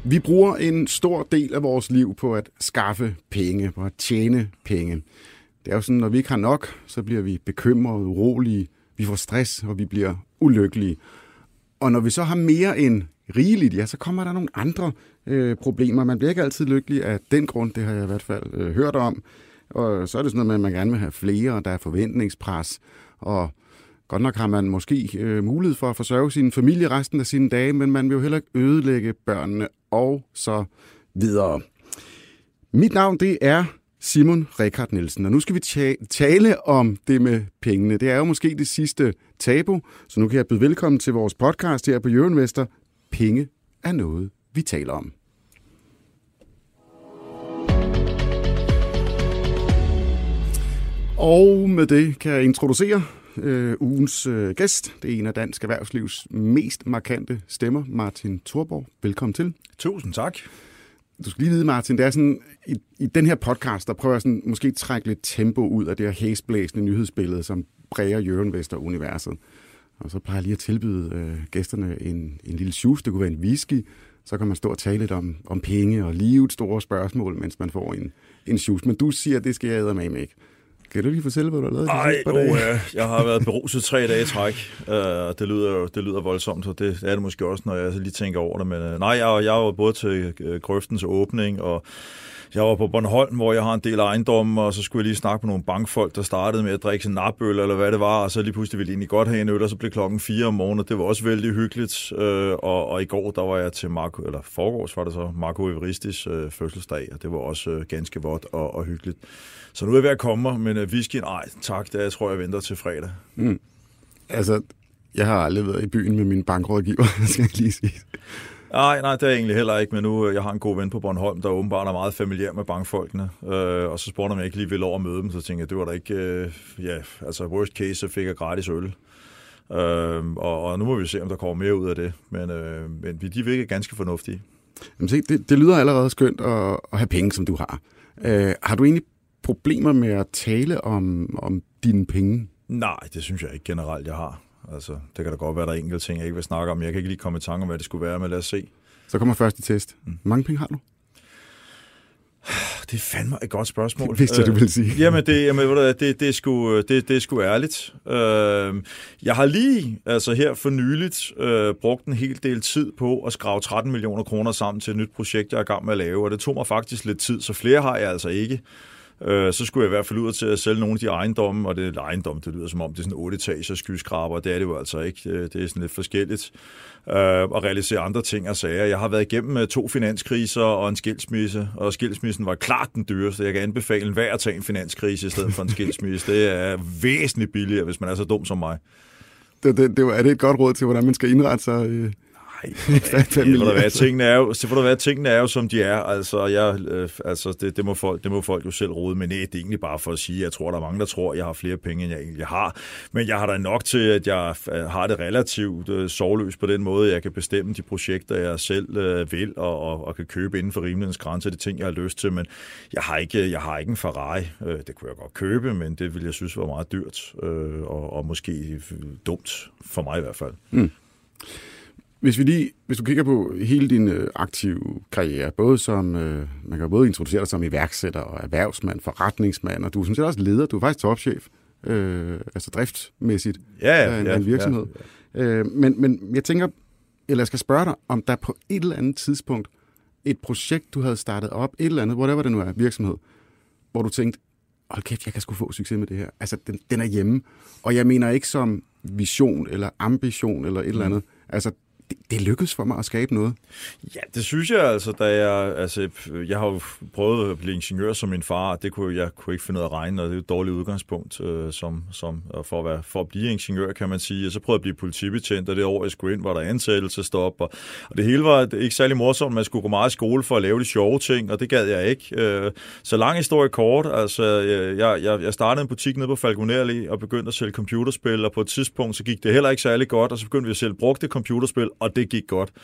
Vi bruger en stor del af vores liv på at skaffe penge, på at tjene penge. Det er jo sådan, når vi ikke har nok, så bliver vi bekymrede, urolige, vi får stress, og vi bliver ulykkelige. Og når vi så har mere end rigeligt, ja, så kommer der nogle andre problemer. Man bliver ikke altid lykkelig af den grund, det har jeg i hvert fald hørt om. Og så er det sådan noget med, at man gerne vil have flere, og der er forventningspres, og godt nok har man måske mulighed for at forsørge sin familie resten af sine dage, men man vil jo heller ikke ødelægge børnene og så videre. Mit navn, det er Simon Richard Nielsen, og nu skal vi tale om det med pengene. Det er jo måske det sidste tabu, så nu kan jeg byde velkommen til vores podcast her på Euroinvestor. Penge er noget, vi taler om. Og med det kan jeg introducere ugens gæst. Det er en af dansk erhvervslivs mest markante stemmer, Martin Thorborg. Velkommen til. Tusind tak. Du skal lige vide, Martin, det er sådan, i den her podcast, der prøver jeg sådan, måske trække lidt tempo ud af det her hæsblæsende nyhedsbillede, som præger Euroinvestor-universet. Og så plejer jeg lige at tilbyde gæsterne en lille shoes. Det kunne være en whisky. Så kan man stå og tale lidt om penge og livet store spørgsmål, mens man får en shoes. Men du siger, at det skal jeg eddermame ikke. Kan du lige fortælle, hvad du har lavet? Jeg har været beruset 3 dage i træk. Det lyder voldsomt, og det er det måske også, når jeg lige tænker over det. Men jeg var både til grøftens åbning, og jeg var på Bornholm, hvor jeg har en del ejendomme, og så skulle jeg lige snakke med nogle bankfolk, der startede med at drikke sin napøl, eller hvad det var, og så lige pludselig ville de egentlig godt have en øl, og så blev klokken 4 om morgenen, og det var også vældig hyggeligt. Og i går, der var jeg til forgårs var det så, Marco Everistis fødselsdag, og det var også ganske vådt og hyggeligt. Så nu er jeg ved at komme mig, men whiskyen, tak, det tror jeg venter til fredag. Altså, jeg har aldrig været i byen med min bankrådgiver, skal jeg lige sige. Nej, det er jeg egentlig heller ikke, men nu jeg har en god ven på Bornholm, der åbenbart er meget familiær med bankfolkene, og så spurgte jeg ikke lige vil over at møde dem, så tænkte jeg, det var da ikke, worst case, så fik jeg gratis øl. Og nu må vi se, om der kommer mere ud af det, men de virker ganske fornuftige. Jamen se, det lyder allerede skønt at have penge, som du har. Har du egentlig problemer med at tale om dine penge? Nej, det synes jeg ikke generelt, jeg har. Altså, det kan da godt være, der er enkelte ting, jeg ikke vil snakke om. Jeg kan ikke lige komme i tanke om, hvad det skulle være, men lad os se. Så kommer første test. Hvor mange penge har du? Det er fandme et godt spørgsmål. Det vidste jeg, du ville sige. Jamen, det er sgu ærligt. Jeg har lige, altså her for nyligt, brugt en hel del tid på at skrave 13 millioner kroner sammen til et nyt projekt, jeg er i gang med at lave, og det tog mig faktisk lidt tid, så flere har jeg altså ikke. Så skulle jeg i hvert fald ud til at sælge nogle af de ejendomme, og det lyder som om, det er sådan 8 etager skyskraber, det er det jo altså ikke. Det er sådan lidt forskelligt. Og realisere andre ting og sager. Jeg har været igennem 2 finanskriser og en skilsmisse, og skilsmissen var klart den dyreste. Jeg kan anbefale enhver at tage en finanskrise i stedet for en skilsmisse. Det er væsentligt billigere, hvis man er så dum som mig. Er det et godt råd til, hvordan man skal indrette sig? Tingene er jo, som de er. Altså, det må folk jo selv rode, men det er egentlig bare for at sige, jeg tror, der er mange, der tror, jeg har flere penge, end jeg egentlig har. Men jeg har da nok til, at jeg har det relativt sorgløst på den måde, jeg kan bestemme de projekter, jeg selv vil, og kan købe inden for rimelighedens grænser, de ting, jeg har lyst til. Men jeg har ikke en Ferrari. Det kunne jeg godt købe, men det ville jeg synes var meget dyrt, og måske dumt, for mig i hvert fald. Hvis du kigger på hele din aktive karriere, både som, man kan både introducere dig som iværksætter og erhvervsmand, forretningsmand, og du er sådan set også leder, du er faktisk topchef, altså driftsmæssigt af en virksomhed. Ja. Men jeg tænker, eller jeg skal spørge dig, om der på et eller andet tidspunkt, et projekt, du havde startet op, et eller andet, whatever det nu er, virksomhed, hvor du tænkte, hold kæft, jeg kan sgu få succes med det her. Altså, den er hjemme. Og jeg mener ikke som vision eller ambition eller et eller andet. Altså, det lykkedes for mig at skabe noget. Ja, det synes jeg altså, jeg har jo prøvet at blive ingeniør som min far, jeg kunne ikke finde ud af at regne, og det er et dårligt udgangspunkt for at blive ingeniør, kan man sige. Og så prøvede jeg at blive politibetjent, og det år jeg skulle ind, var der ansættelsestop, og det hele var ikke særlig morsomt, man skulle gå meget i skole for at lave de sjove ting, og det gad jeg ikke. Så lang historie kort, altså jeg startede en butik nede på Falconer Allé og begyndte at sælge computerspil, og på et tidspunkt så gik det heller ikke særlig godt, og så begyndte vi at sælge brugte computerspil, og det gik godt.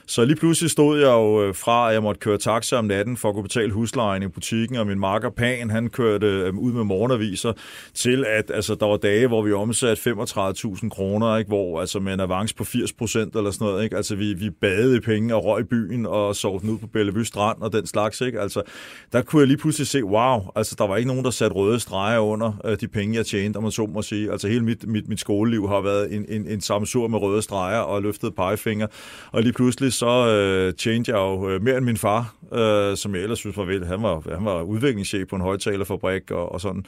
Så lige pludselig stod jeg jo fra, at jeg måtte køre taxa om natten for at kunne betale huslejen i butikken, og min makker Pan, han kørte ud med morgenaviser, til at altså, der var dage, hvor vi omsatte 35.000 kroner, ikke? Hvor altså med en avance på 80% eller sådan noget, ikke? Altså vi badede i penge og røg i byen og sov den ud på Bellevue Strand og den slags, ikke? Altså der kunne jeg lige pludselig se, wow, altså der var ikke nogen, der satte røde streger under de penge, jeg tjente, om man så må sige. Altså hele mit skoleliv har været en sammensur med røde streger og løftede pegefinger, og lige pludselig så tjente jeg jo mere end min far, som jeg ellers synes var vildt. Han var udviklingschef på en højttalerfabrik og sådan,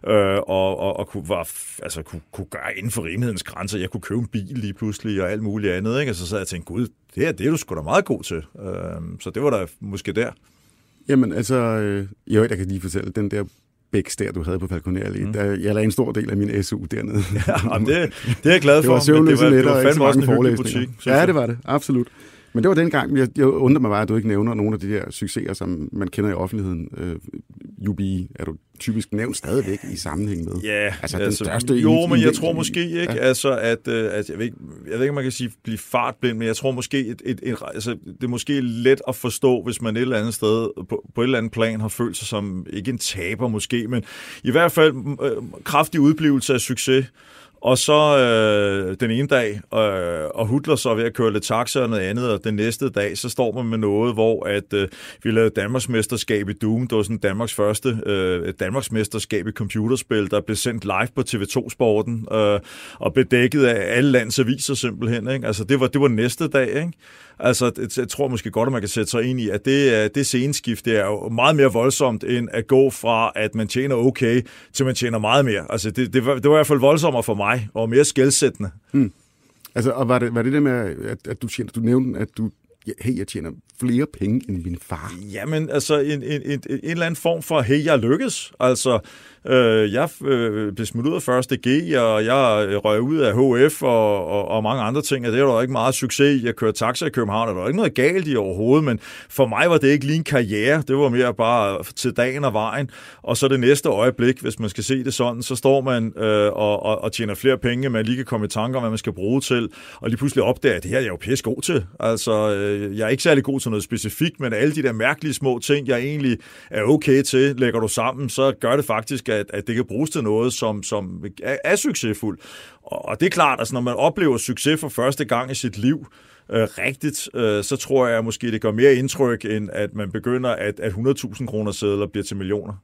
og kunne gøre inden for rimelighedens grænser. Jeg kunne købe en bil lige pludselig og alt muligt andet, ikke? Og så sad jeg og tænkte, gud, det er du sgu da meget god til. Så det var da måske der. Jamen altså, jeg kan lige fortælle, den der bæks der, du havde på Falconer Allé, jeg lagde en stor del af min SU dernede. Ja, det er jeg glad for. Det var fandme også en hyggelig butik. Ja, det var det, absolut. Men det var dengang, jeg undrer mig bare, at du ikke nævner nogle af de der succeser, som man kender i offentligheden. UBI er du typisk nævnt stadigvæk i sammenhæng med. Ja, altså den største. Jo, men jeg tror måske ikke, altså at jeg ved ikke, om man kan sige blive fartblind, men jeg tror måske altså det er måske let at forstå, hvis man et eller andet sted på et eller andet plan har følt sig som ikke en taber måske, men i hvert fald kraftig udblivelse af succes. Og så den ene dag, og hudler så ved at køre lidt taxa og noget andet, og den næste dag, så står man med noget, hvor at vi lavede Danmarksmesterskab i Doom. Det var sådan Danmarks første Danmarksmesterskab i computerspil, der blev sendt live på TV2-sporten, og blev dækket af alle lands aviser simpelthen, ikke? Altså det var næste dag, ikke? Altså, jeg tror måske godt, at man kan sætte sig ind i, at det sceneskift, det er jo meget mere voldsomt, end at gå fra, at man tjener okay, til man tjener meget mere. Altså, det var i hvert fald voldsommere for mig, og mere skelsættende. Altså, og var det der med, at du nævnte, at jeg tjener flere penge end min far? Jamen, altså, en eller anden form for, hey, jeg lykkes. Altså, jeg blev smidt ud af 1.G, og jeg røg ud af HF og mange andre ting, og det var der ikke meget succes i. Jeg kørte taxa i København, og der var ikke noget galt i overhovedet, men for mig var det ikke lige en karriere. Det var mere bare til dagen og vejen. Og så det næste øjeblik, hvis man skal se det sådan, så står man og tjener flere penge, man lige kan komme i tanker om, hvad man skal bruge til, og lige pludselig opdager, at det her er jeg jo pisse god til. Altså, jeg er ikke særlig god til noget specifikt, men alle de der mærkelige små ting, jeg egentlig er okay til, lægger du sammen, så gør det faktisk, at det kan bruges til noget, som er succesfuldt. Og det er klart, at når man oplever succes for første gang i sit liv rigtigt, så tror jeg måske, det gør mere indtryk, end at man begynder, at 100.000 kroner sedler bliver til millioner.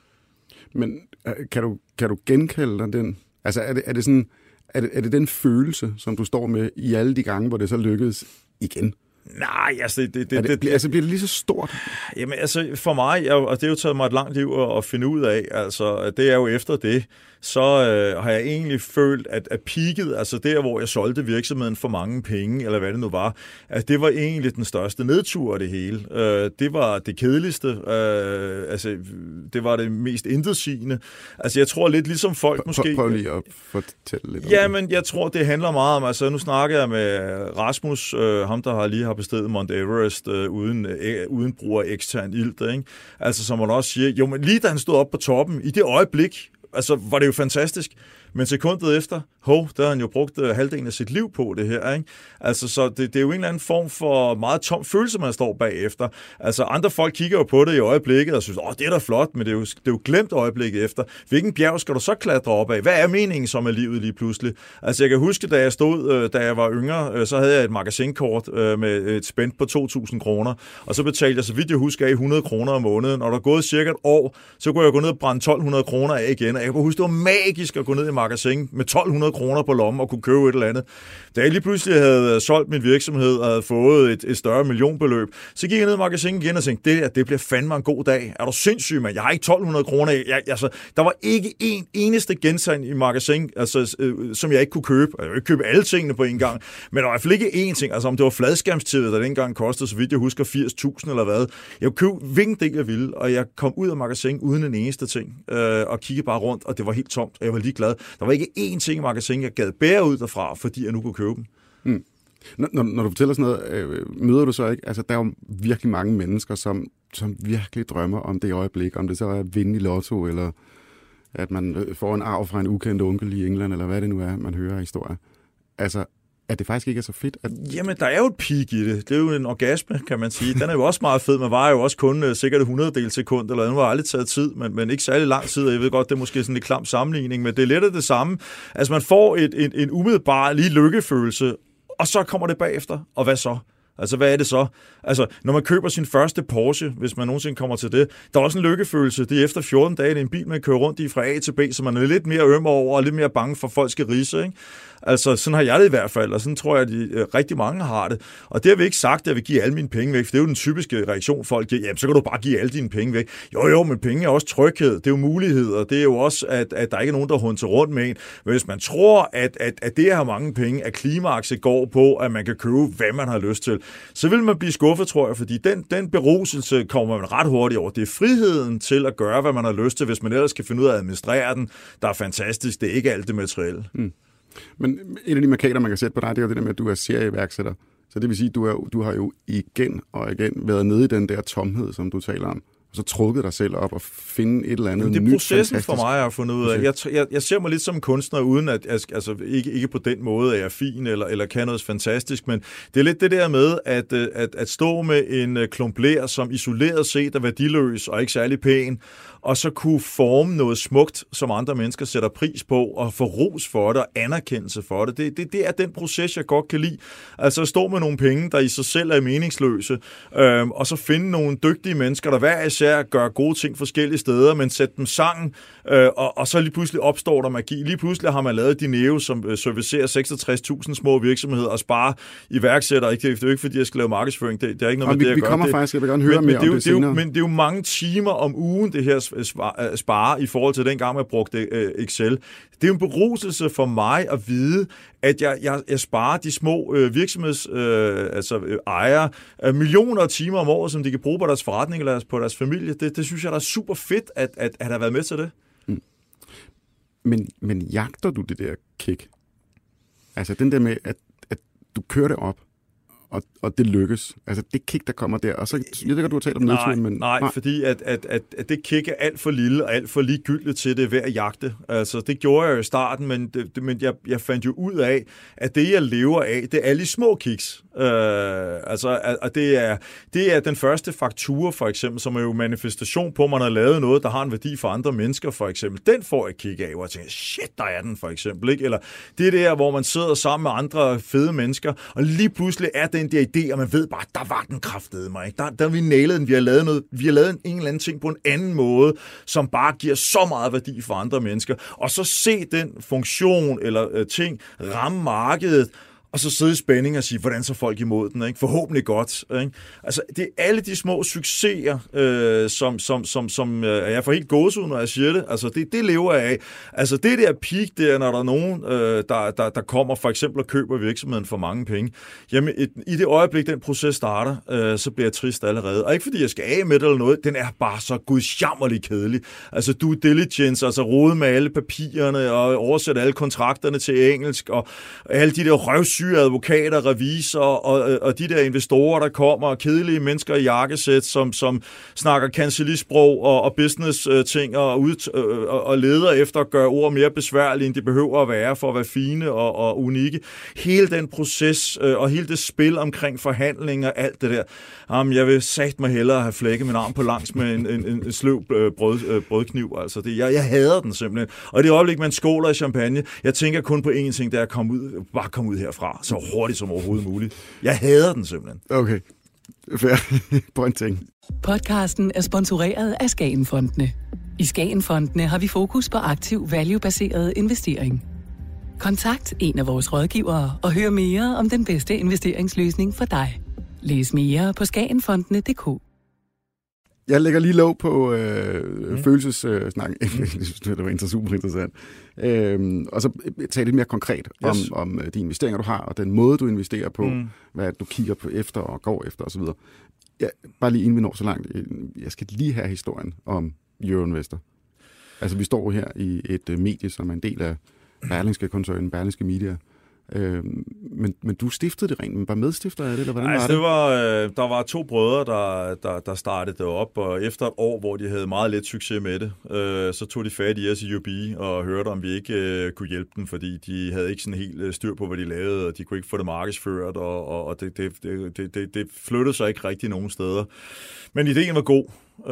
Men kan du genkalde dig den? Altså er det sådan, er det den følelse, som du står med i alle de gange, hvor det så lykkedes igen? Nej, altså bliver det lige så stort? Jamen altså for mig, og det er jo taget mig et langt liv at finde ud af, altså det er jo efter det, så har jeg egentlig følt, at peaket, altså der, hvor jeg solgte virksomheden for mange penge, eller hvad det nu var, at det var egentlig den største nedtur af det hele. Det var det kedeligste, altså det var det mest intetsigende. Altså jeg tror lidt ligesom folk måske... Prøv lige at fortælle lidt om det. Jamen jeg tror, det handler meget om, altså nu snakker jeg med Rasmus, ham der lige har besteget Mount Everest uden brug af ekstern ilt, ikke? Altså som man også siger, jo, men lige da han stod op på toppen, i det øjeblik, altså var det jo fantastisk, men sekundet efter, der har han jo brugt halvdelen af sit liv på det her, ikke? Altså, så det er jo en eller anden form for meget tom følelse, man står bagefter. Altså, andre folk kigger jo på det i øjeblikket og synes, det er da flot, men det er jo glemt øjeblikket efter. Hvilken bjerg skal du så klatre op af? Hvad er meningen så med livet lige pludselig? Altså, jeg kan huske, da jeg var yngre, så havde jeg et magasinkort med et spænd på 2.000 kroner, og så betalte jeg, så vidt jeg husker, 100 kroner om måneden, og der er gået cirka et år, så kunne jeg gå ned og brænde 1.200 kroner af igen, og jeg kunne huske, det var magisk at gå ned i magasin med 1.200 kroner på lommen og kunne købe et eller andet. Da jeg lige pludselig havde solgt min virksomhed og havde fået et større millionbeløb, så gik jeg ned i magasinet igen og tænkte, det bliver fandme en god dag. Er du sindssyg, mand? Jeg har ikke 1.200 kroner. Der var ikke en eneste genstand i magasin, altså, som jeg ikke kunne købe. Jeg ville ikke købe alle tingene på en gang, men der var i hvert fald ikke én ting. Altså om det var fladskærms-TV, der dengang kostede, så vidt jeg husker, 80.000 eller hvad. Jeg kunne købe hvilken del jeg ville, og jeg kom ud af magasin uden en eneste ting, og kiggede bare rundt, og det var helt tomt, og jeg var ligeglad. Der var ikke én ting i magasin, jeg gad bære ud derfra, fordi jeg nu kunne købe dem. Når du fortæller sådan noget, møder du så ikke, altså der er jo virkelig mange mennesker, som virkelig drømmer om det øjeblik, om det så er at vinde i lotto, eller at man får en arv fra en ukendt onkel i England, eller hvad det nu er, man hører historier. Altså, at det faktisk ikke er så fedt? Jamen, der er jo et peak i det. Det er jo en orgasme, kan man sige. Den er jo også meget fed. Man var jo også kun sikkert 100 sekund, eller den var aldrig taget tid, men ikke særlig lang tid. Jeg ved godt, det er måske sådan en klam sammenligning, men det er lidt af det samme. Altså, man får en umiddelbar lige lykkefølelse, og så kommer det bagefter. Og hvad så? Altså, hvad er det så? Altså, når man køber sin første Porsche, hvis man nogensinde kommer til det, der er også en lykkefølelse. Det er efter 14 dage, det er en bil, man kører rundt i fra A til B, så man er lidt mere øm over og lidt mere bange for, at folk skal ridse, ikke? Altså, sådan har jeg det i hvert fald, og sådan tror jeg, at rigtig mange har det. Og det har vi ikke sagt, at jeg vil give alle mine penge væk, for det er jo den typiske reaktion, folk giver. Jamen, så kan du bare give alle dine penge væk. Jo, men penge er også tryghed, det er jo muligheder, det er jo også, at der ikke er nogen, der hunter rundt med en. Men hvis man tror, at det at have mange penge, at klimakset går på, at man kan købe, hvad man har lyst til, så vil man blive skuffet, tror jeg, fordi den beruselse kommer man ret hurtigt over. Det er friheden til at gøre, hvad man har lyst til, hvis man ellers skal finde ud af at administrere den, der er fantastisk. Det er ikke alt det materielle. Men en af de markader, man kan sætte på dig, det er jo det der med, at du er serieværksætter. Så det vil sige, at du har jo igen og igen været nede i den der tomhed, som du taler om, og så trukket dig selv op og finde et eller andet nyt. Det er processen for mig, jeg har fundet ud af. Jeg ser mig lidt som kunstner, uden at altså, ikke på den måde, at jeg er fin eller kan noget fantastisk, men det er lidt det der med, at stå med en klump ler, som isoleret set er værdiløs og ikke særlig pæn, og så kunne forme noget smukt, som andre mennesker sætter pris på, og få ros for det, og anerkendelse for det. Det er den proces, jeg godt kan lide. Altså at stå med nogle penge, der i sig selv er meningsløse, og så finde nogle dygtige mennesker, der hver især gør gode ting forskellige steder, men sætte dem sammen, og så lige pludselig opstår der magi. Lige pludselig har man lavet Dineo, som servicerer 66.000 små virksomheder og sparer iværksættere. Det er jo ikke, fordi jeg skal lave markedsføring. Det er ikke noget med det, jeg gør. Vi kommer faktisk, jeg vil gerne høre mere om det senere. Men det er jo mange timer om ugen, det her spare i forhold til den gang, man brugte Excel. Det er jo en beruselse for mig at vide, at jeg sparer de små ejere millioner af timer om året, som de kan bruge på deres forretning eller på deres familie. Det synes jeg, der er super fedt, at have været med til det. Men jagter du det der kick? Altså den der med, at du kører det op, og det lykkes. Altså det kick, der kommer der. Og så, jeg ved ikke, du har talt om nedturen, men... Nej, fordi at det kick er alt for lille og alt for ligegyldigt til det ved at jagte. Altså det gjorde jeg jo i starten, men jeg fandt jo ud af, at det, jeg lever af, det er alle de små kicks. Og det er den første faktura, for eksempel, som er jo manifestation på, at man har lavet noget, der har en værdi for andre mennesker, for eksempel. Den får jeg kick af, hvor jeg tænker, shit, der er den, for eksempel. Ikke? Eller det der, hvor man sidder sammen med andre fede mennesker, og lige pludselig er den der idé, og man ved bare, der var den kraftede mig. Ikke? Der vi nailet den. Vi har lavet en eller anden ting på en anden måde, som bare giver så meget værdi for andre mennesker. Og så se den funktion eller ting ramme markedet, og så sidde i spænding og sige, hvordan så folk imod den, ikke? Forhåbentlig godt. Ikke? Altså, det er alle de små succeser, som jeg får helt gåsehud, når jeg siger det. Altså, det lever jeg af. Altså, det der peak der, når der er nogen, der kommer for eksempel og køber virksomheden for mange penge. Jamen, i det øjeblik, den proces starter, så bliver jeg trist allerede. Og ikke fordi jeg skal af med det eller noget, den er bare så gudsjammerlig kedelig. Altså, due diligence, altså rode med alle papirerne og oversætte alle kontrakterne til engelsk, og alle de der røvsyge advokater, revisorer og de der investorer, der kommer, og kedelige mennesker i jakkesæt, som snakker kancellisprog og business-ting og leder efter at gøre ord mere besværlige, end de behøver at være for at være fine og unikke. Hele den proces og hele det spil omkring forhandlinger, alt det der. Jeg vil sagt mig hellere have flækket min arm på langs med en sløv brødkniv. Altså jeg hader den simpelthen. Og det øjeblik, man skåler i champagne, jeg tænker kun på én ting, det er at komme ud herfra så hurtigt som overhovedet muligt. Jeg hader den simpelthen. Okay. Fair. Pointing. Podcasten er sponsoreret af Skagenfondene. I Skagenfondene har vi fokus på aktiv value-baseret investering. Kontakt en af vores rådgivere og hør mere om den bedste investeringsløsning for dig. Læs mere på skagenfondene.dk. Jeg lægger lige låg på følelsessnakken. Det var super interessant. Og så tag lidt mere konkret om de investeringer, du har, og den måde, du investerer på, hvad du kigger på efter og går efter osv. Bare lige inden vi når så langt. Jeg skal lige have historien om Euroinvestor. Altså, vi står her i et medie, som er en del af Berlingske-koncernen, Berlingske Media. Men du stiftede det rent, men var medstifter af det, eller hvordan altså, var det? Der var 2 brødre, der startede det op, og efter et år, hvor de havde meget let succes med det, så tog de fat i os i UB og hørte, om vi ikke kunne hjælpe dem, fordi de havde ikke sådan helt styr på, hvad de lavede, og de kunne ikke få det markedsført, og det flyttede sig ikke rigtig nogen steder. Men ideen var god.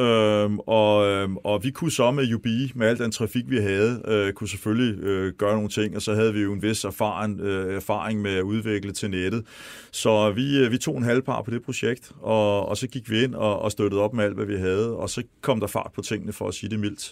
Og vi kunne så med UB, med al den trafik, vi havde, kunne selvfølgelig gøre nogle ting, og så havde vi jo en vis erfaring med at udvikle til nettet. Så vi tog en halvpart på det projekt, og så gik vi ind og støttede op med alt, hvad vi havde, og så kom der fart på tingene, for at sige det mildt.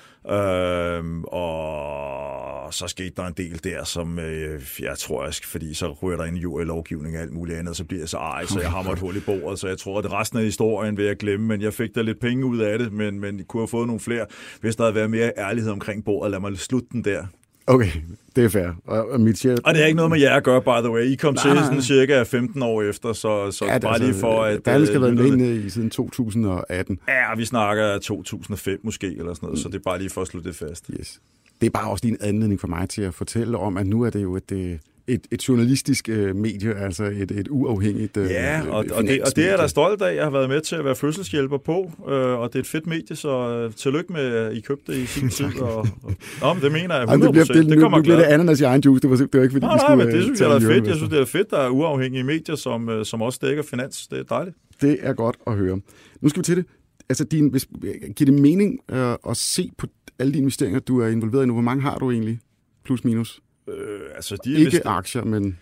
Og så skete der en del der, som jeg tror, fordi så ryger der ind i lovgivning og alt muligt andet, og så bliver jeg så så jeg hammer et hul i bordet, så jeg tror, at resten af historien vil jeg glemme, men jeg fik da lidt penge ud af det, men kunne have fået nogle flere, hvis der havde været mere ærlighed omkring bordet. Lad mig slutte den der. Okay, det er fair. Og mit chef... Og det er ikke noget med jer at gøre, by the way. I kom til sådan cirka 15 år efter, så ja, bare lige for at... Der skal have været med i siden 2018. Ja, vi snakker 2005 måske, eller sådan noget, så det er bare lige for at slutte det fast. Yes. Det er bare også lige en anledning for mig til at fortælle om, at nu er det jo et journalistisk medie, altså et uafhængigt ja, og det er jeg da stolt af. Jeg har været med til at være fødselshjælper på, og det er et fedt medie, så tillykke med, at I købte det i sin tid. Men det mener jeg 100%. Det kommer nu bliver det ananas i egen juice. Det var ikke, fordi vi skulle... Nej, men det synes jeg er fedt. Jeg synes, det er fedt, der er uafhængige medier, som også dækker finans. Det er dejligt. Det er godt at høre. Nu skal vi til det. Altså, giver det mening at se på alle de investeringer, du er involveret i nu? Hvor mange har du egentlig? Plus minus? Ikke aktier, men...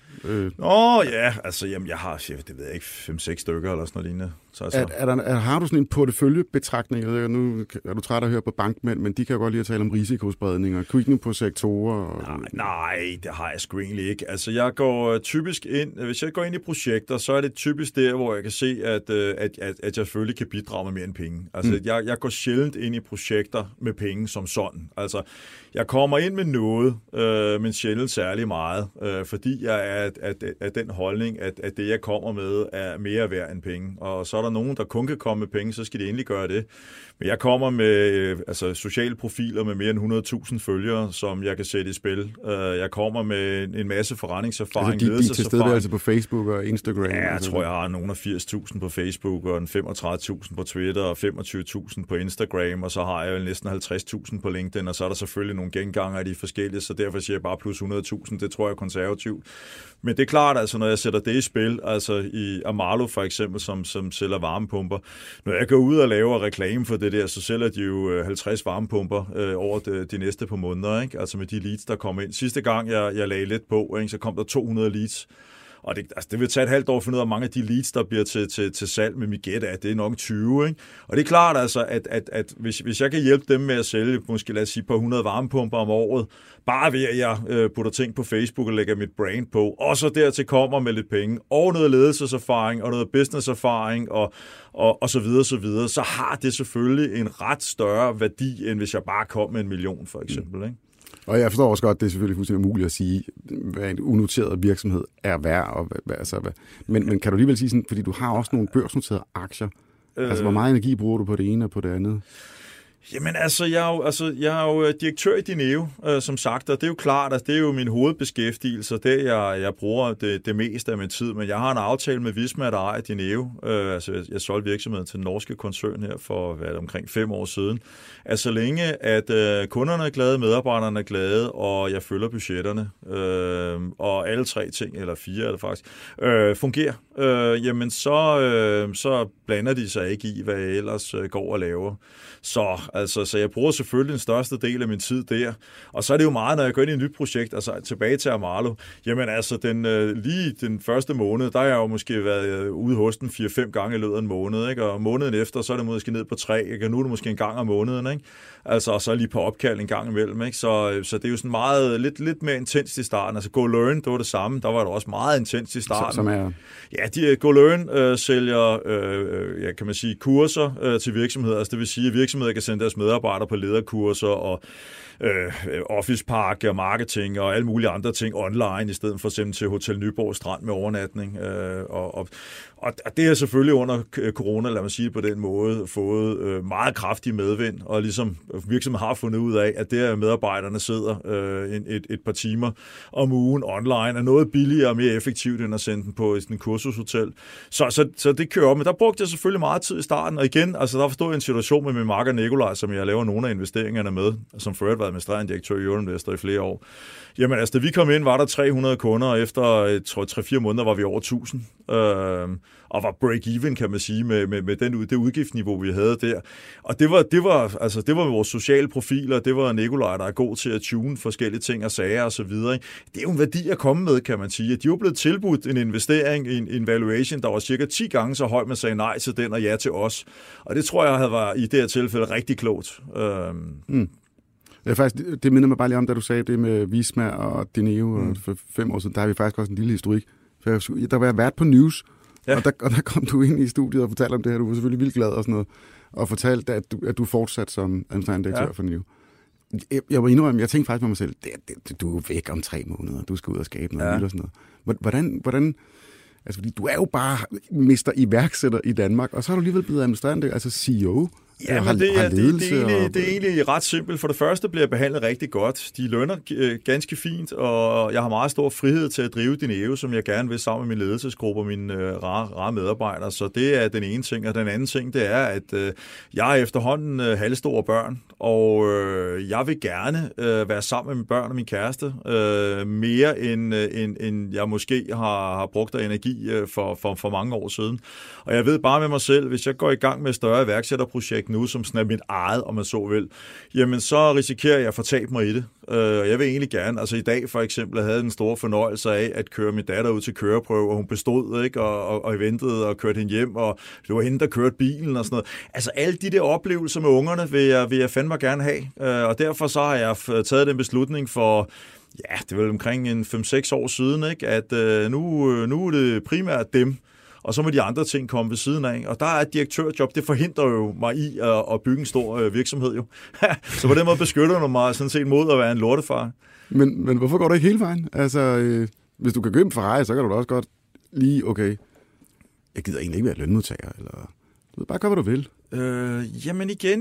ja, altså, jamen, jeg har, det ved jeg ikke, 5-6 stykker eller sådan noget lignende. Har du sådan en porteføljebetragtning? Nu er du træt af at høre på bankmænd, men de kan jo godt lide at tale om risikospredning og kvikken på sektorer. Nej, det har jeg sgu egentlig ikke. Altså, jeg går typisk ind, hvis jeg går ind i projekter, så er det typisk der, hvor jeg kan se, at jeg selvfølgelig kan bidrage med mere end penge. Altså, jeg går sjældent ind i projekter med penge som sådan. Altså, jeg kommer ind med noget, men sjældent særlig meget, fordi jeg er af den holdning, at det, jeg kommer med, er mere værd end penge. Og så er der nogen, der kun kan komme med penge, så skal de endelig gøre det. Men jeg kommer med sociale profiler med mere end 100.000 følgere, som jeg kan sætte i spil. Jeg kommer med en masse forretningserfaring, altså de tilstedeværelse på Facebook og Instagram? Ja, jeg tror, jeg har nogle af 80.000 på Facebook, og 35.000 på Twitter, og 25.000 på Instagram, og så har jeg jo næsten 50.000 på LinkedIn, og så er der selvfølgelig nogle genganger af de forskellige, så derfor siger jeg bare plus 100.000, det tror jeg er konservativt. Men det er klart, altså, når jeg sætter det i spil, altså i Amalo for eksempel, som sælger varmepumper, når jeg går ud og laver reklame for det der, så sælger de jo 50 varmepumper over de næste par måneder, ikke? Altså med de leads, der kommer ind. Sidste gang, jeg lagde lidt på, ikke, så kom der 200 leads. Og det vil tage et halvt år at finde ud af, mange af de leads, der bliver til salg med mit gæt, at det er nok 20. Ikke? Og det er klart altså, at hvis jeg kan hjælpe dem med at sælge, måske lad os sige, på 100 varmepumper om året, bare ved at jeg putter ting på Facebook og lægger mit brand på, og så dertil kommer med lidt penge, og noget ledelseserfaring, og noget businesserfaring, og så videre, så har det selvfølgelig en ret større værdi, end hvis jeg bare kom med 1 million, for eksempel, ikke? Og jeg forstår også godt, at det er selvfølgelig fuldstændig umuligt at sige, hvad en unoteret virksomhed er værd. Men kan du alligevel sige sådan, fordi du har også nogle børsnoterede aktier, altså hvor meget energi bruger du på det ene og på det andet? Jamen altså, jeg er jo direktør i Dineo, som sagt, og det er jo klart, at det er jo min hovedbeskæftigelse, og det jeg bruger det meste af min tid, men jeg har en aftale med Visma, der ejer Dineo. Jeg solgte virksomheden til den norske koncern her for omkring 5 år siden. Altså så længe, at kunderne er glade, medarbejderne er glade, og jeg følger budgetterne, og alle 3 ting, eller 4 er det faktisk, fungerer, jamen så blander de sig ikke i, hvad jeg ellers går og laver. Så jeg bruger selvfølgelig den største del af min tid der. Og så er det jo meget, når jeg går ind i et nyt projekt, altså tilbage til Amalo. Jamen altså, lige den første måned, der har jeg jo måske været ude hos den 4-5 gange i løbet af en måned, ikke? Og måneden efter, så er det måske ned på 3, ikke? Nu er det måske en gang om måneden, ikke? Altså, og så lige på opkald en gang imellem, ikke? Så det er jo sådan meget, lidt mere intenst i starten. Altså, GoLearn, det var det samme. Der var det også meget intenst i starten. Som er... Ja, GoLearn sælger, kan man sige, kurser til virksomheder. Altså, det vil sige, at virksomheder kan sende sende deres medarbejdere på lederkurser og Office Park og marketing og alle mulige andre ting online, i stedet for at sende til Hotel Nyborg Strand med overnatning. Og det er selvfølgelig under corona, lad mig sige på den måde, fået meget kraftig medvind, og ligesom virksomheden har fundet ud af, at det at medarbejderne sidder et par timer om ugen online, er noget billigere og mere effektivt, end at sende den på sådan en kursushotel. Så det kører op. Men der brugte jeg selvfølgelig meget tid i starten, og igen, altså der forstod jeg en situation med min makker Nikolaj, som jeg laver nogle af investeringerne med, som for øvrigt var administrerende direktør i Euroinvestor i flere år. Jamen altså, da vi kom ind, var der 300 kunder, og efter 3-4 måneder var vi over 1000. Og var break-even, kan man sige, med det udgiftsniveau, vi havde der. Og det var vores sociale profiler, det var Nikolaj, der er god til at tune forskellige ting og sager og så videre. Det er jo en værdi at komme med, kan man sige. De er jo blevet tilbudt en investering, en valuation, der var cirka 10 gange så høj, man sagde nej til den og ja til os. Og det tror jeg havde været i det her tilfælde rigtig klogt. Det er faktisk, det minder mig bare lige om, da du sagde det med Visma og Dineo, og for 5 år siden, der har vi faktisk også en lille historik. Der var jeg vært på News, ja. og der kom du ind i studiet og fortalte om det her. Du var selvfølgelig vildt glad og sådan noget, og fortalte, at du fortsat som administrerende direktør for Dineo. Jeg må indrømme, jeg tænkte faktisk med mig selv, du er væk om 3 måneder, du skal ud og skabe noget nyt og sådan noget. Hvordan altså, fordi du er jo bare mester iværksætter i Danmark, og så har du alligevel blevet administrerende, altså CEO. Ja, men det er egentlig ret simpelt. For det første bliver jeg behandlet rigtig godt. De lønner ganske fint, og jeg har meget stor frihed til at drive Dineo, som jeg gerne vil sammen med min ledelsesgruppe og mine rare medarbejdere. Så det er den ene ting. Og den anden ting, det er, at jeg er efterhånden halvstore børn, og jeg vil gerne være sammen med mine børn og min kæreste mere, end jeg måske har brugt af energi for mange år siden. Og jeg ved bare med mig selv, hvis jeg går i gang med et større iværksætterprojekt nu, som sådan er mit eget, om man så vil, jamen så risikerer jeg at fortabe mig i det. Jeg vil egentlig gerne, altså i dag for eksempel, havde den store fornøjelse af at køre min datter ud til køreprøve, og hun bestod, ikke, og ventede og kørte hende hjem, og det var hende, der kørte bilen og sådan noget. Altså alle de der oplevelser med ungerne vil jeg fandme gerne have, og derfor så har jeg taget den beslutning for, ja, det var omkring en 5-6 år siden, ikke, at nu er det primært dem, og så må de andre ting komme ved siden af. Og der er et direktørjob, det forhindrer jo mig i at bygge en stor virksomhed jo. Så på den måde beskytter du mig sådan set mod at være en lortefar. Men hvorfor går du ikke hele vejen? Altså, hvis du kan købe en Ferrari, så kan du da også godt lige, okay, jeg gider egentlig ikke være lønmodtager, eller du ved, bare gør, hvad du vil. Jamen igen,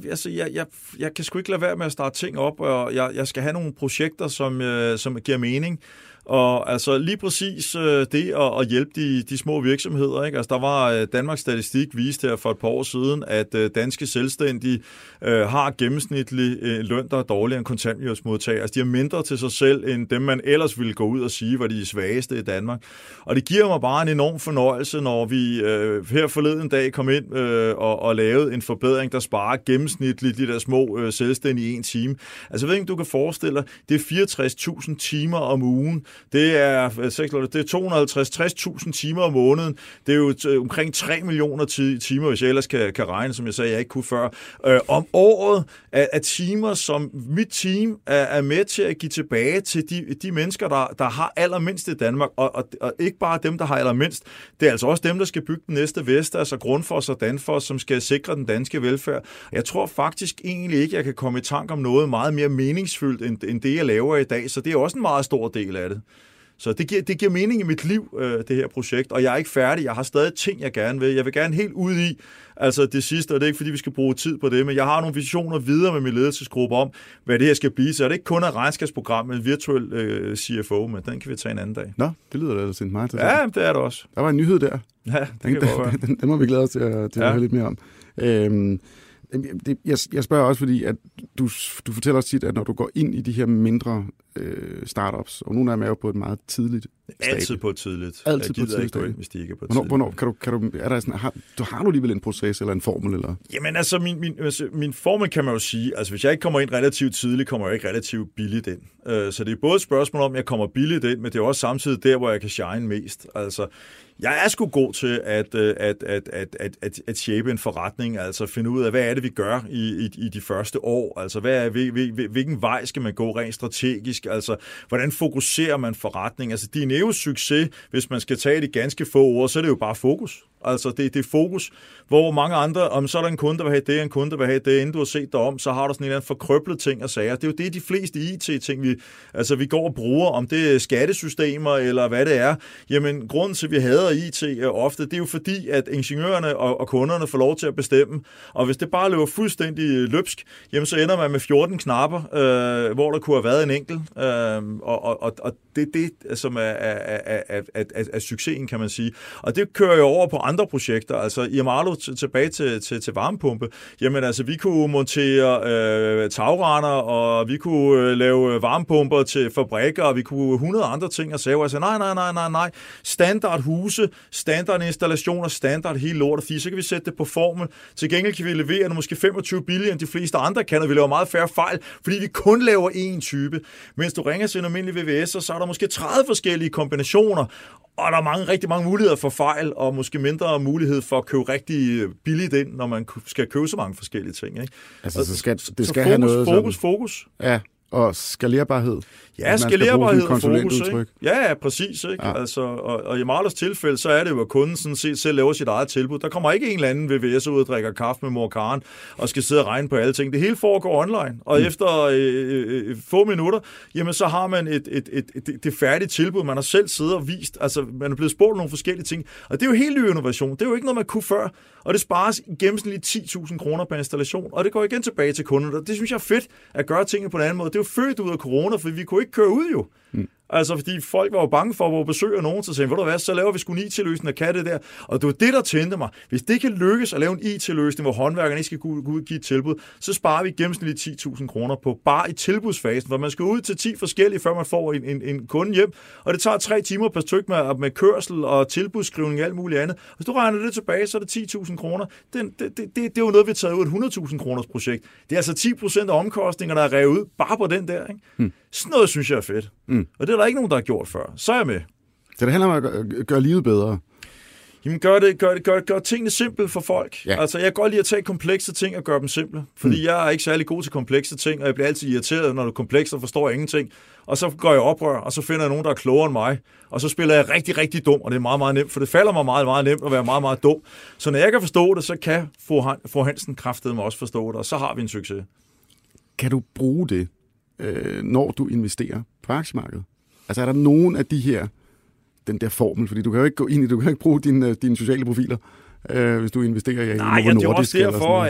jeg kan sgu ikke lade være med at starte ting op, og jeg skal have nogle projekter, som giver mening. Og altså lige præcis det at hjælpe de små virksomheder, ikke? Altså der var Danmarks Statistik viste her for et par år siden, at danske selvstændige har gennemsnitlig løn, der er dårligere end kontanthjælpsmodtagere. Altså de har mindre til sig selv, end dem man ellers ville gå ud og sige, var de svageste i Danmark. Og det giver mig bare en enorm fornøjelse, når vi her forleden dag kom ind og lavede en forbedring, der sparer gennemsnitligt de der små selvstændige i 1 time. Altså jeg ved ikke, du kan forestille dig, det er 64.000 timer om ugen. Det er 250-60.000 timer om måneden. Det er jo omkring 3 millioner timer, hvis jeg ellers kan regne, som jeg sagde, jeg ikke kunne før. Om året er timer, som mit team er med til at give tilbage til de mennesker, der har allermindst i Danmark. Og ikke bare dem, der har allermindst. Det er altså også dem, der skal bygge den næste Vestas, altså Grundfos og Danfoss, som skal sikre den danske velfærd. Jeg tror faktisk egentlig ikke, jeg kan komme i tanke om noget meget mere meningsfyldt, end det, jeg laver i dag. Så det er også en meget stor del af det. Så det giver mening i mit liv, det her projekt, og jeg er ikke færdig. Jeg har stadig ting, jeg gerne vil. Jeg vil gerne helt ud i, altså det sidste, og det er ikke, fordi vi skal bruge tid på det, men jeg har nogle visioner videre med min ledelsesgruppe om, hvad det her skal blive. Så er det ikke kun et regnskabsprogram med en virtuel CFO, men den kan vi tage en anden dag. Nå, det lyder da altså meget til. Ja, det er det også. Der var en nyhed der. Ja, den må vi glæde os til at høre lidt mere om. Jeg spørger også, fordi at du fortæller også tit, at når du går ind i de her mindre startups, og nogle af dem er jo på et meget tidligt stadie. Altid på et tidligt. Altid på et tidligt stadie. Hvis de ikke er på et tidligt. Hvornår kan du er der sådan, har du alligevel en proces eller en formel? Eller? Jamen altså, min formel kan man jo sige, altså hvis jeg ikke kommer ind relativt tidligt, kommer jeg ikke relativt billigt ind. Så det er både et spørgsmål om, at jeg kommer billigt ind, men det er også samtidig der, hvor jeg kan shine mest. Altså, jeg er sgu god til at shape en forretning, altså finde ud af, hvad er det, vi gør i de første år, altså hvilken vej skal man gå rent strategisk, altså hvordan fokuserer man forretning, altså Dineos succes, hvis man skal tage det ganske få ord, så er det jo bare fokus. Altså, det er fokus, hvor mange andre, om så er der en kunde, der vil have det, en kunde, der vil have det, inden du har set dig om, så har du sådan en eller anden forkrøblet ting og sager. Det er jo det, de fleste IT-ting, vi går og bruger, om det er skattesystemer eller hvad det er. Jamen, grunden til, at vi hader IT ofte, det er jo fordi, at ingeniørerne og kunderne får lov til at bestemme. Og hvis det bare løber fuldstændig løbsk, jamen, så ender man med 14 knapper, hvor der kunne have været en enkelt. Og det er det, som er succesen, kan man sige. Og det kører jo over på andre projekter. Altså, i Amalo tilbage til varmepumpe, jamen altså, vi kunne montere tagrender, og vi kunne lave varmepumper til fabrikker, og vi kunne 100 andre ting og sige, altså, nej. Standard huse, standard installationer, standard hele lortet, fordi så kan vi sætte det på formel. Til gengæld kan vi levere det måske 25 billigere end de fleste andre kan, og vi laver meget færre fejl, fordi vi kun laver én type. Mens du ringer til en almindelig VVS, så er der måske 30 forskellige kombinationer, og der er rigtig mange muligheder for fejl, og måske mindre mulighed for at købe rigtig billigt ind, når man skal købe så mange forskellige ting. Ikke? Altså, så skal fokus, have noget fokus. Ja, og skalerbarhed. Ja, skalerbarhed og fokus. Ikke? Ja, præcis. Ikke? Ja. Altså, og i Marlos tilfælde, så er det jo, at kunden sådan set selv laver sit eget tilbud. Der kommer ikke en eller anden VVS ud og drikker kaffe med mor Karen, og skal sidde og regne på alle ting. Det hele foregår online, og efter få minutter, jamen så har man det færdige tilbud, man har selv siddet og vist. Altså, man er blevet spurgt nogle forskellige ting. Og det er jo helt ny innovation. Det er jo ikke noget, man kunne før. Og det spares i gennemsnitligt 10.000 kroner per installation, og det går igen tilbage til kunderne. Det synes jeg er fedt at gøre tingene på en anden måde. Det er jo født ud af corona, for vi kunne ikke køre ud jo. Altså, fordi folk var jo bange for at besøge nogen, så sagde, ved du hvad, så laver vi sgu en IT-løsning og kan det der. Og det var det, der tændte mig. Hvis det kan lykkes at lave en IT-løsning, hvor håndværkerne ikke skal gå ud og give et tilbud, så sparer vi gennemsnitligt 10.000 kroner på bare i tilbudsfasen, hvor man skal ud til 10 forskellige, før man får en kunde hjem. Og det tager 3 timer per styk med kørsel og tilbudsskrivning og alt muligt andet. Hvis du regner det tilbage, så er det 10.000 kroner. Det er jo noget, vi har taget ud af et 100.000 kroners projekt. Det er altså 10% af omkostninger, der er revet ud bare på den der. Ikke? Sådan noget synes jeg er fedt. Og det er der ikke nogen, der har gjort før. Så er jeg med. Så det handler om at gøre livet bedre. Jamen gør tingene simple for folk. Ja. Altså jeg kan godt lide at tage komplekse ting og gøre dem simple. Fordi jeg er ikke særlig god til komplekse ting, og jeg bliver altid irriteret, når det er komplekst og forstår ingenting. Og så går jeg oprør, og så finder jeg nogen, der er klogere end mig. Og så spiller jeg rigtig, rigtig dum, og det er meget, meget nemt, for det falder mig meget, meget nemt at være meget, meget dum. Så når jeg kan forstå det, så kan fru Hansen kraftedeme også forstå det, og så har vi en succes. Kan du bruge det, når du investerer på aktiemarkedet? Altså er der nogen af de her, den der formel, fordi du kan jo ikke gå ind i, du kan ikke bruge dine sociale profiler, hvis du investerer i Novo Nordisk. Nej, det er også derfor,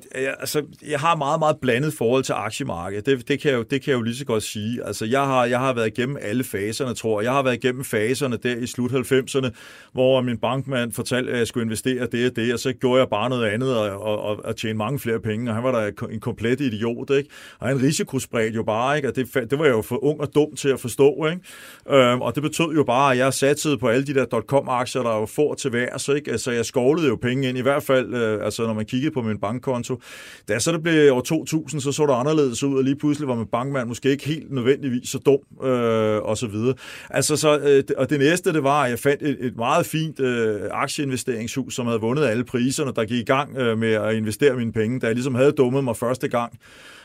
at jeg har meget, meget blandet forhold til aktiemarkedet. Det kan jeg jo lige så godt sige. Altså, jeg har været igennem alle faserne, tror jeg. Jeg har været igennem faserne der i slut 90'erne, hvor min bankmand fortalte, at jeg skulle investere det, og så gjorde jeg bare noget andet og tjene mange flere penge, og han var da en komplet idiot, ikke? Og han risikospredt jo bare, ikke? Og det var jeg jo for ung og dum til at forstå, ikke? Og det betød jo bare, at jeg satsede på alle de der .com-aktier, der var få til værs, ikke? Altså, jeg skovlede jo penge ind, i hvert fald, altså når man kiggede på min bankkonto. Da så det blev år 2000, så der anderledes ud, og lige pludselig var min bankmand måske ikke helt nødvendigvis så dum, og så videre. Altså, og det næste, det var, at jeg fandt et meget fint aktieinvesteringshus, som havde vundet alle priserne, der gik i gang med at investere mine penge, da jeg ligesom havde dummet mig første gang.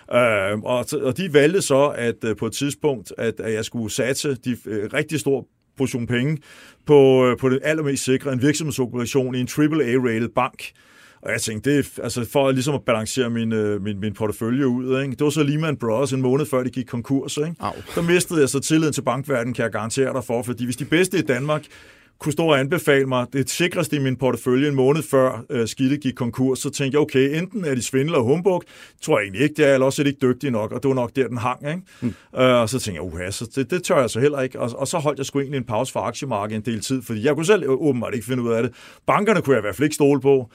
Og de valgte så, at på et tidspunkt, at jeg skulle satse de rigtig store portion penge på det allermest sikre, en virksomhedsobligation i en AAA-rated bank. Og jeg tænkte, for ligesom at balancere min portefølje ud, ikke? Det var så Lehman Brothers en måned før de gik konkurs, ikke? Der mistede jeg så tilliden til bankverdenen, kan jeg garantere dig for, fordi hvis de bedste i Danmark kunne stå og anbefale mig det sikreste i min portefølje en måned før Skidte gik konkurs, så tænkte jeg, okay, enten er de svindler og humbug, tror jeg egentlig ikke, det er, eller også er de ikke dygtige nok, og det var nok der, den hang, ikke? Og så tænkte jeg, så det tør jeg så heller ikke, og så holdt jeg sgu egentlig en pause fra aktiemarkedet en del tid, fordi jeg kunne selv åbenbart ikke finde ud af det. Bankerne kunne jeg i hvert fald ikke stole på.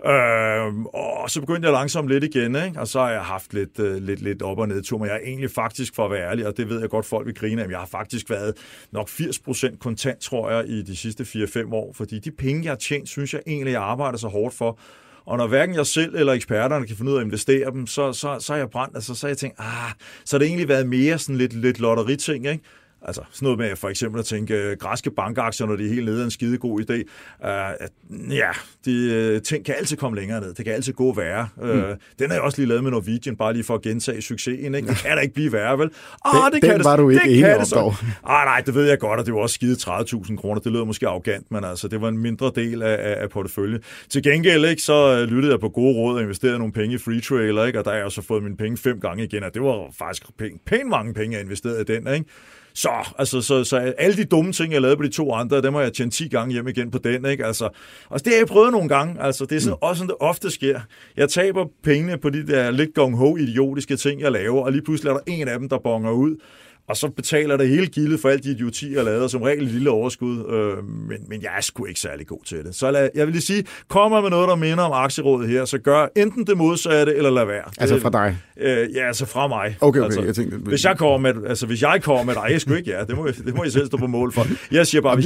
Og så begyndte jeg langsomt lidt igen, ikke? Og så har jeg haft lidt op- og nedtur, men jeg er egentlig faktisk, for at være ærlig, og det ved jeg godt, folk vil grine af, men jeg har faktisk været nok 80% kontant, tror jeg, i de sidste 4-5 år, fordi de penge, jeg har tjent, synes jeg egentlig, jeg arbejder så hårdt for. Og når hverken jeg selv eller eksperterne kan finde ud af at investere dem, så er jeg brændt, altså så har jeg tænkt, så har det egentlig været mere sådan lidt lotteriting, ikke? Altså sådan noget med for eksempel at tænke græske bankaktier, når de er helt nede, er en skide god idé. Ting kan altid komme længere ned. Det kan altid gå værre. Den er jeg også lige lavet med Norwegian, bare lige for at gentage succesen. Ikke? Det kan da ikke blive værre, vel? Den var du ikke enig om dog. Nej, det ved jeg godt, og det var også skide 30.000 kroner. Det lød måske arrogant, men altså, det var en mindre del af portefølje. Til gengæld, ikke, så lyttede jeg på gode råd og investerede nogle penge i Freetrailer, ikke? Og der har jeg også fået mine penge 5 gange igen, og det var faktisk pænt mange penge, jeg investerede i den, ikke? Så alle de dumme ting, jeg lavede på de 2 andre, dem har jeg tjent 10 gange hjem igen på den, ikke? Altså, og det har jeg prøvet nogle gange, altså, det er sådan, også sådan, det ofte sker. Jeg taber pengene på de der lidt gung-ho idiotiske ting, jeg laver, og lige pludselig er der en af dem, der bonger ud, og så betaler det hele gildet for alle de idiotier, jeg lavede, som regel et lille overskud, men jeg er sgu ikke særlig god til det. Så jeg vil lige sige, kommer med noget, der minder om aktierådet her, så gør enten det modsatte, eller lad være. Altså fra dig? Ja, altså fra mig. Okay, altså, jeg tænkte... Hvis jeg kommer med dig, jeg sgu ikke, det må I selv stå på mål for. Jeg siger bare,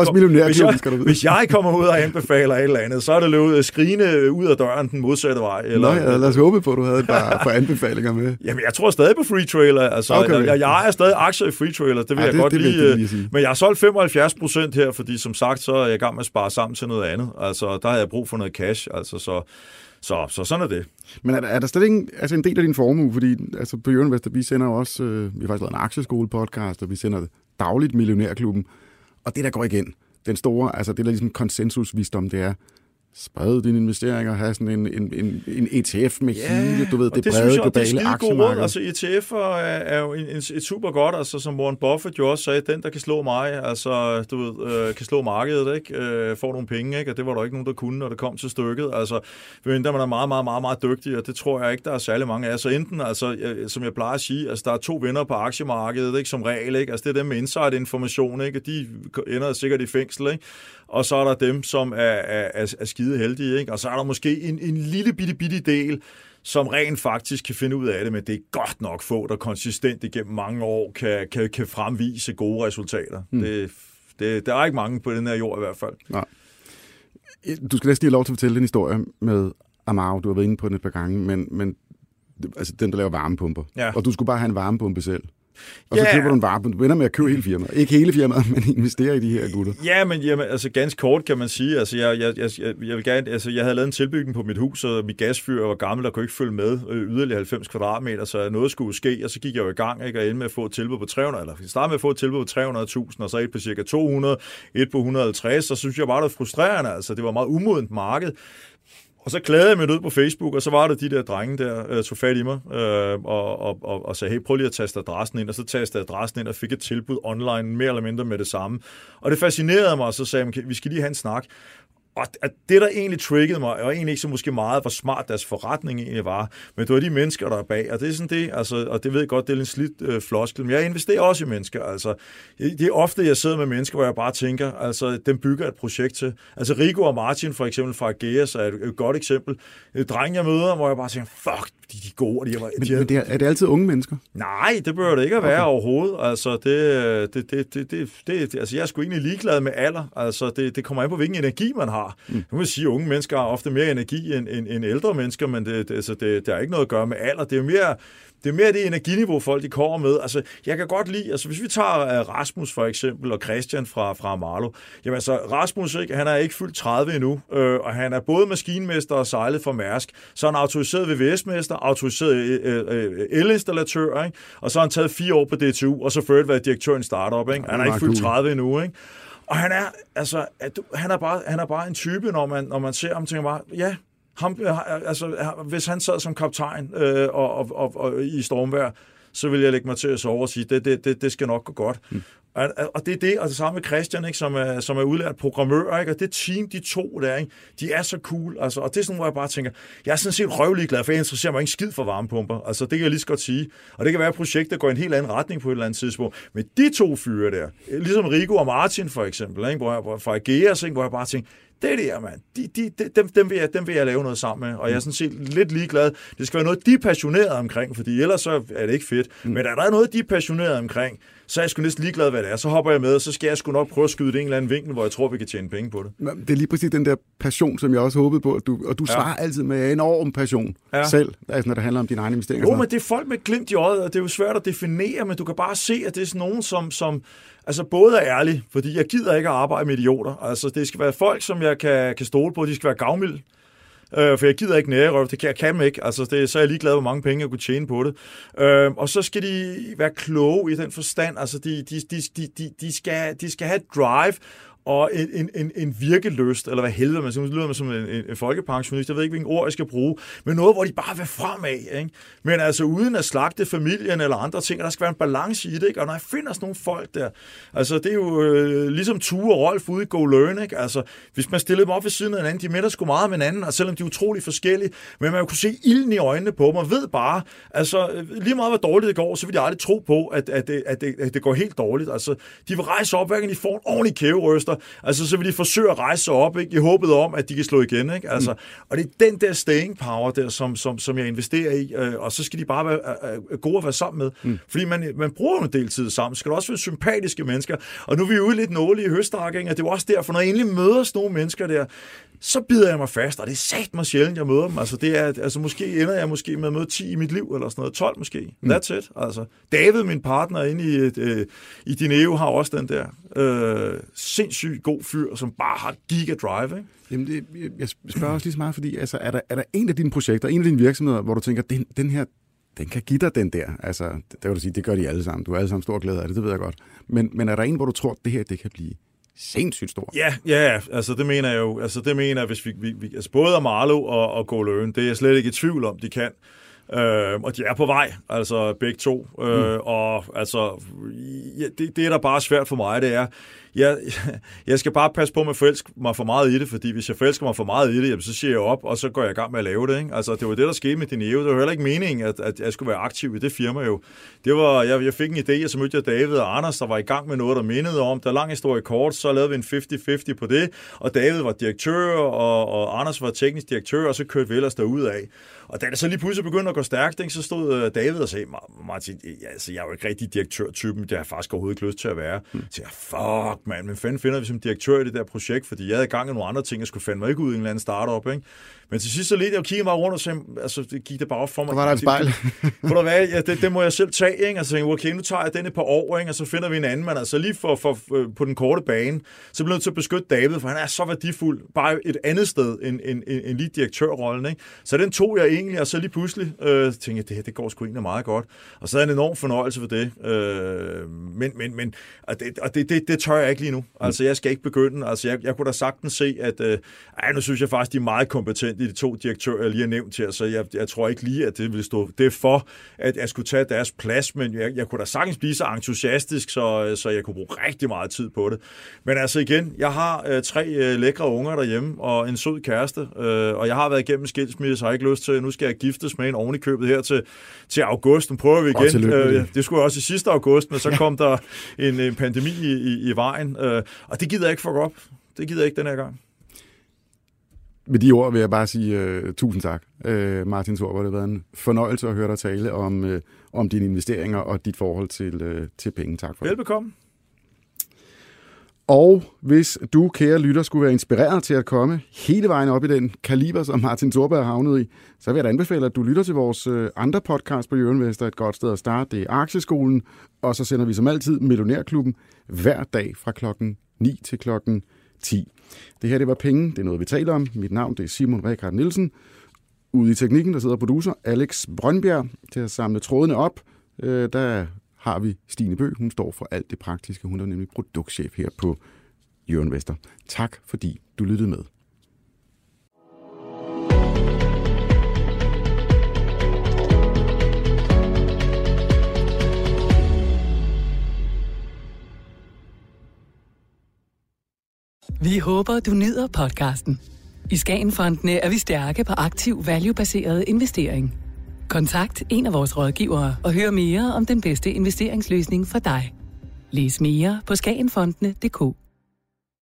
hvis jeg kommer ud og anbefaler et eller andet, så er det løbet skrigende ud af døren den modsatte vej. Eller, lad os håbe på, at du havde et par anbefalinger med. Jamen, jeg tror stadig på Freetrailer. Altså, okay. Jeg er stadig aktier i Freetrailer, det vil jeg godt lide. Men jeg har solgt 75% her, fordi som sagt, så er jeg i gang med at spare sammen til noget andet. Altså, der har jeg brug for noget cash, altså, så sådan er det. Men er der stadig en del af din formue? Fordi altså, på Jørgen Vester, vi sender også, vi har faktisk lavet en aktieskole-podcast, og vi sender dagligt Millionærklubben. Og det, der går igen, den store, altså det der ligesom konsensusvisdom, det er, sprede dine investeringer, have sådan en ETF med hele, du ved, det brede globale aktiemarked. Altså ETF'er er jo et super godt, altså som Warren Buffett jo også sagde, den der kan slå mig, altså du ved, kan slå markedet, ikke? Får nogle penge, ikke? Og det var der ikke nogen, der kunne, når det kom til stykket. Altså, men der man er meget, meget, meget, meget dygtig, og det tror jeg ikke, der er særlig mange af. Så enten, altså, som jeg plejer at sige, altså der er 2 vinder på aktiemarkedet, ikke? Som regel, ikke? Altså det er dem med insider-information, ikke? De ender sikkert i fængsel, ikke? Og så er der dem, som er skide heldige, ikke? Og så er der måske en lille bitte del, som rent faktisk kan finde ud af det, men det er godt nok få, der konsistent igennem mange år kan fremvise gode resultater. Der er ikke mange på den her jord i hvert fald. Nej. Du skal næsten have lov til at fortælle den historie med Amaro. Du har været inde på den et par gange, men altså den, der laver varmepumper. Ja. Og du skulle bare have en varmepumpe selv. Og så køber du en varmepumpe. Du ender med at købe hele firmaet. Ikke hele firmaet, men investere i de her gutter. Ja, men jamen, altså ganske kort kan man sige. Altså jeg vil gerne, altså jeg havde lavet en tilbygning på mit hus, og mit gasfyr var gammel og kunne ikke følge med yderligere 90 kvadratmeter, så noget skulle ske, og så gik jeg jo i gang, ikke, og endte med at få et tilbud på 300, eller starte med at få et tilbud på 300.000, og så et på cirka 200, et på 150, så synes jeg bare, det var frustrerende. Altså det var meget umodent marked. Og så klagede jeg mig ud på Facebook, og så var det de der drenge der, tog fat i mig, og sagde, hey, prøv lige at taste adressen ind, og så tastede jeg adressen ind, og fik et tilbud online, mere eller mindre med det samme. Og det fascinerede mig, og så sagde jeg, vi skal lige have en snak. Og det, der egentlig triggede mig, og egentlig ikke så måske meget, hvor smart deres forretning egentlig var, men det var de mennesker, der er bag. Og det er sådan det, altså, og det ved jeg godt, det er en slidt floskel, men jeg investerer også i mennesker. Altså, det er ofte, jeg sidder med mennesker, hvor jeg bare tænker, altså, dem bygger et projekt til. Altså, Rico og Martin, for eksempel fra Ageas, er et godt eksempel. Drenge, jeg møder, hvor jeg bare tænker, fuck, de er gode. Men er det altid unge mennesker? Nej, det bør det ikke at være overhovedet. Altså, altså, jeg er sgu egentlig ligeglad med alder. Altså, det kommer an på, hvilken energi man har. Nu vil jeg sige, at unge mennesker har ofte mere energi end ældre mennesker, men det har ikke noget at gøre med alder. Det er mere det energiniveau, folk de kommer med. Altså, jeg kan godt lide, altså hvis vi tager Rasmus for eksempel, og Christian fra Marlo. Jamen altså, Rasmus, ikke, han er ikke fyldt 30 endnu, og han er både maskinmester og sejlet for Mærsk. Så er han autoriseret VVS-mester, autoriseret elinstallatør, ikke? Og så har han taget 4 år på DTU, og så før været direktør i en startup, ikke? Han er ikke fyldt 30 endnu, ikke? Og han er bare en type, når man ser ham, tænker bare, ja, hvis han sad som kaptajn og i stormvejr, så vil jeg lægge mig til at sove og sige, det skal nok gå godt. Og det er det, og det samme med Christian, ikke, som er udlært programmør, ikke, og det team, de 2 der, ikke, de er så cool, altså, og det er sådan, hvor jeg bare tænker, jeg er sådan set røvlig glad, for jeg interesserer mig ikke skid for varmepumper, altså, det kan jeg lige så godt sige, og det kan være, at projektet går i en helt anden retning på et eller andet tidspunkt, men de 2 fyre der, ligesom Rico og Martin for eksempel, ikke, fra Ageas, ikke, hvor jeg bare tænker, Det er det her, mand. Dem vil jeg lave noget sammen med, og jeg er sådan set lidt ligeglad. Det skal være noget, de er passionerede omkring, fordi ellers så er det ikke fedt. Men er der noget, de er passionerede omkring, så er jeg sgu næsten ligeglad, hvad det er. Så hopper jeg med, og så skal jeg sgu nok prøve at skyde det en eller anden vinkel, hvor jeg tror, vi kan tjene penge på det. Det er lige præcis den der passion, som jeg også håbede på, og du svarer altid med enorm passion selv, altså når det handler om dine egne investeringer. Jo, men det er folk med glimt i øjet, og det er jo svært at definere, men du kan bare se, at det er sådan nogen, som altså både er ærlige, fordi jeg gider ikke at arbejde med idioter. Altså det skal være folk, som jeg kan stole på, de skal være gavmilde. For jeg gider ikke nærerøv, det kan jeg dem ikke. Altså så er jeg ligeglad, hvor mange penge jeg kunne tjene på det. Og så skal de være kloge i den forstand. Altså de skal have et drive og en virkelyst, eller hvad helvede man siger, det lyder som en folkepensionist, jeg ved ikke, hvilken ord jeg skal bruge, men noget, hvor de bare vil fremad, ikke? Men altså uden at slagte familien eller andre ting, der skal være en balance i det, ikke? Og når jeg finder sådan nogle folk der, altså det er jo ligesom Tue og Rolf ude i Go Learn, ikke? Altså hvis man stillede dem op ved siden af hinanden, de midter sgu meget med hinanden, og selvom de er utrolig forskellige, men man kunne se ilden i øjnene på dem, og ved bare, altså lige meget hvor dårligt det går, så vil de aldrig tro på, at det går helt dårligt. Altså de vil rejse op, hver gang de får en ordentlig kæverøster. Altså, så vil de forsøge at rejse sig op, ikke? I håbet om, at de kan slå igen, ikke? Altså, og det er den der staying power der, som jeg investerer i, og så skal de bare være gode at være sammen med. Fordi man bruger en del tid sammen, skal der også være sympatiske mennesker, og nu er vi ude lidt nålige i høstak, og det er jo også derfor, når jeg egentlig møder sådan nogle mennesker der, så bider jeg mig fast, og det er sagt mig sjældent, jeg møder dem. Altså, det er, altså måske ender jeg måske med at møde 10 i mit liv, eller sådan noget, 12 måske. That's it. Altså, David, min partner inde i Dineo, har også den der sindssygt god fyr, som bare har giga-drive, ikke? Jamen, jeg spørger også lige så meget, fordi altså, er der en af dine projekter, en af dine virksomheder, hvor du tænker, den her, den kan give dig den der? Altså, det vil du sige, det gør de alle sammen. Du er alle sammen stor glæde af det ved jeg godt. Men er der en, hvor du tror, det her, det kan blive sindssygt stor? Ja, altså det mener jeg jo. Altså det mener jeg, hvis vi altså både Amalo og Go Learn, det er jeg slet ikke i tvivl om, de kan. Og de er på vej, altså begge to. Og altså, det er der bare svært for mig, det er, jeg skal bare passe på med at forelske mig for meget i det, fordi hvis jeg forelsker mig for meget i det, jamen, så siger jeg op, og så går jeg i gang med at lave det. Ikke? Altså, det var det, der skete med Dineo. Det var heller ikke meningen, at jeg skulle være aktiv i det firma jo. Det var, jeg fik en idé, og så mødte jeg David og Anders, der var i gang med noget, der mindede om. Der er lang historie kort, så lavede vi en 50-50 på det, og David var direktør, og Anders var teknisk direktør, og så kørte vi ellers derudad. Og da det så lige pludselig begyndte at gå stærkt, ikke, så stod David og sagde, Martin, altså, jeg er jo ikke rigtig direktørtypen, det har jeg faktisk overhovedet ikke lyst til at være. Så jeg, fuck mand, men fanden finder vi som direktør i det der projekt, fordi jeg havde i gang i nogle andre ting, jeg skulle fandme ikke ud i en eller anden startup, ikke? Men til sidst så ledte jeg og kiggede mig rundt og sagde, altså det gik det bare op for mig. Der var der et spejl. For der hvad, ja, det må jeg selv tage, ikke? Altså tænkte, okay, nu tager jeg den et par år, ikke? Og så finder vi en anden, men altså lige for på den korte bane, så blev jeg nødt til at beskytte David, for han er så værdifuld, bare et andet sted end lige direktørrollen, ikke? Så den tog jeg egentlig, og så lige pludselig tænkte jeg, det her, det går sgu egentlig meget godt. Og så havde jeg en enorm fornøjelse for det. Men det tør jeg ikke lige nu. Altså jeg skal ikke begynde. Altså jeg kunne da sagtens se, at nu synes jeg faktisk, de er meget kompetente, de to direktører, jeg lige har nævnt her, så jeg tror ikke lige, at det vil stå. Det er for, at jeg skulle tage deres plads, men jeg kunne da sagtens blive så entusiastisk, så jeg kunne bruge rigtig meget tid på det. Men altså igen, jeg har 3 lækre unger derhjemme, og en sød kæreste, og jeg har været igennem skilsmisse, har ikke lyst til, nu skal jeg giftes med en oven i købet her til august, nu prøver vi igen. Det skulle jeg også i sidste august, men så kom der en pandemi i vejen, og det gider jeg ikke fuck op. Det gider jeg ikke den her gang. Med de ord vil jeg bare sige tusind tak, Martin Thor. Det har været en fornøjelse at høre dig tale om dine investeringer og dit forhold til penge. Tak for det. Velbekomme. Og hvis du, kære lytter, skulle være inspireret til at komme hele vejen op i den kaliber, som Martin Thorberg har havnet i, så vil jeg da anbefale, at du lytter til vores andre podcast på Jørgen Vester. Et godt sted at starte, det er Aktieskolen, og så sender vi som altid Millionærklubben hver dag fra klokken 9 til klokken 10. Det her, det var penge, det er noget, vi taler om. Mit navn, det er Simon Rekard Nielsen. Ude i teknikken, der sidder producer Alex Brøndbjerg til at samle trådene op. Der har vi Stine Bø. Hun står for alt det praktiske. Hun er nemlig produktchef her på Jørgen Vester. Tak, fordi du lyttede med. Vi håber, du nyder podcasten. I Skagenfondene er vi stærke på aktiv value-baseret investering. Kontakt en af vores rådgivere og hør mere om den bedste investeringsløsning for dig. Læs mere på skagenfondene.dk.